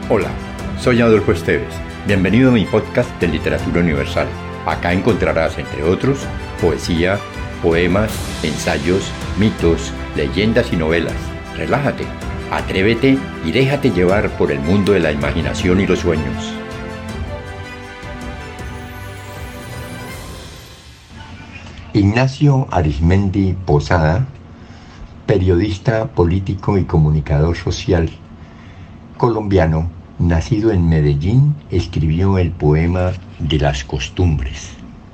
Hola, soy Adolfo Esteves. Bienvenido a mi podcast de Literatura Universal. Acá encontrarás, entre otros, poesía, poemas, ensayos, mitos, leyendas y novelas. Relájate, atrévete y déjate llevar por el mundo de la imaginación y los sueños. Ignacio Arizmendi Posada, periodista, político y comunicador social colombiano, nacido en Medellín, escribió el poema de las costumbres.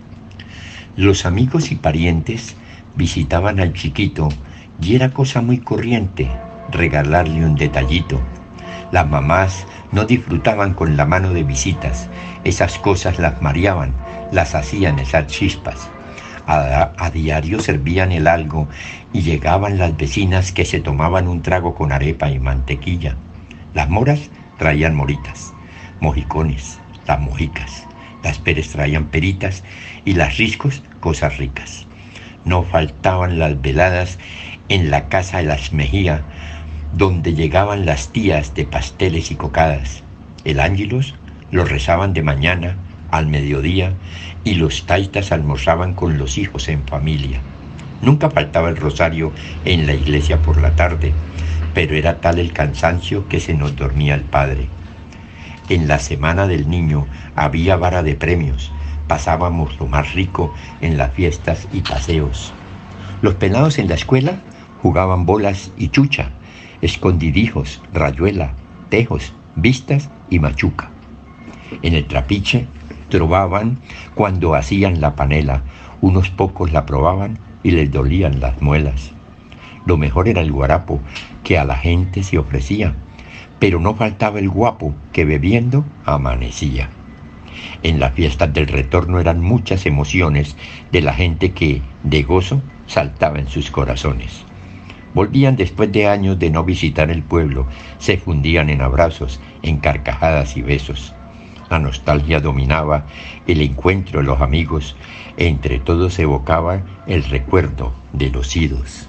Los amigos y parientes visitaban al chiquito y era cosa muy corriente regalarle un detallito. Las mamás no disfrutaban con la mano de visitas, esas cosas las mareaban, las hacían echar chispas. A diario servían el algo y llegaban las vecinas que se tomaban un trago con arepa y mantequilla. Las moras traían moritas, mojicones, las mojicas, las Pérez traían peritas y las Riscos cosas ricas. No faltaban las veladas en la casa de las Mejía, donde llegaban las tías de pasteles y cocadas. El ángelus lo rezaban de mañana, al mediodía, y los taitas almorzaban con los hijos en familia. Nunca faltaba el rosario en la iglesia por la tarde, pero era tal el cansancio que se nos dormía el padre. En la semana del niño había vara de premios, pasábamos lo más rico en las fiestas y paseos. Los pelados en la escuela jugaban bolas y chucha, escondidijos, rayuela, tejos, vistas y machuca. En el trapiche trovaban cuando hacían la panela, unos pocos la probaban y les dolían las muelas. Lo mejor era el guarapo, que a la gente se ofrecía, pero no faltaba el guapo, que bebiendo amanecía. En las fiestas del retorno eran muchas emociones de la gente que, de gozo, saltaba en sus corazones. Volvían después de años de no visitar el pueblo, se fundían en abrazos, en carcajadas y besos. La nostalgia dominaba el encuentro de los amigos, entre todos evocaba el recuerdo de los idos.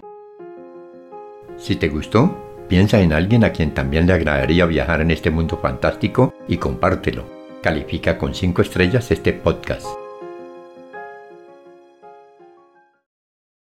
Si te gustó, piensa en alguien a quien también le agradaría viajar en este mundo fantástico y compártelo. Califica con 5 estrellas este podcast.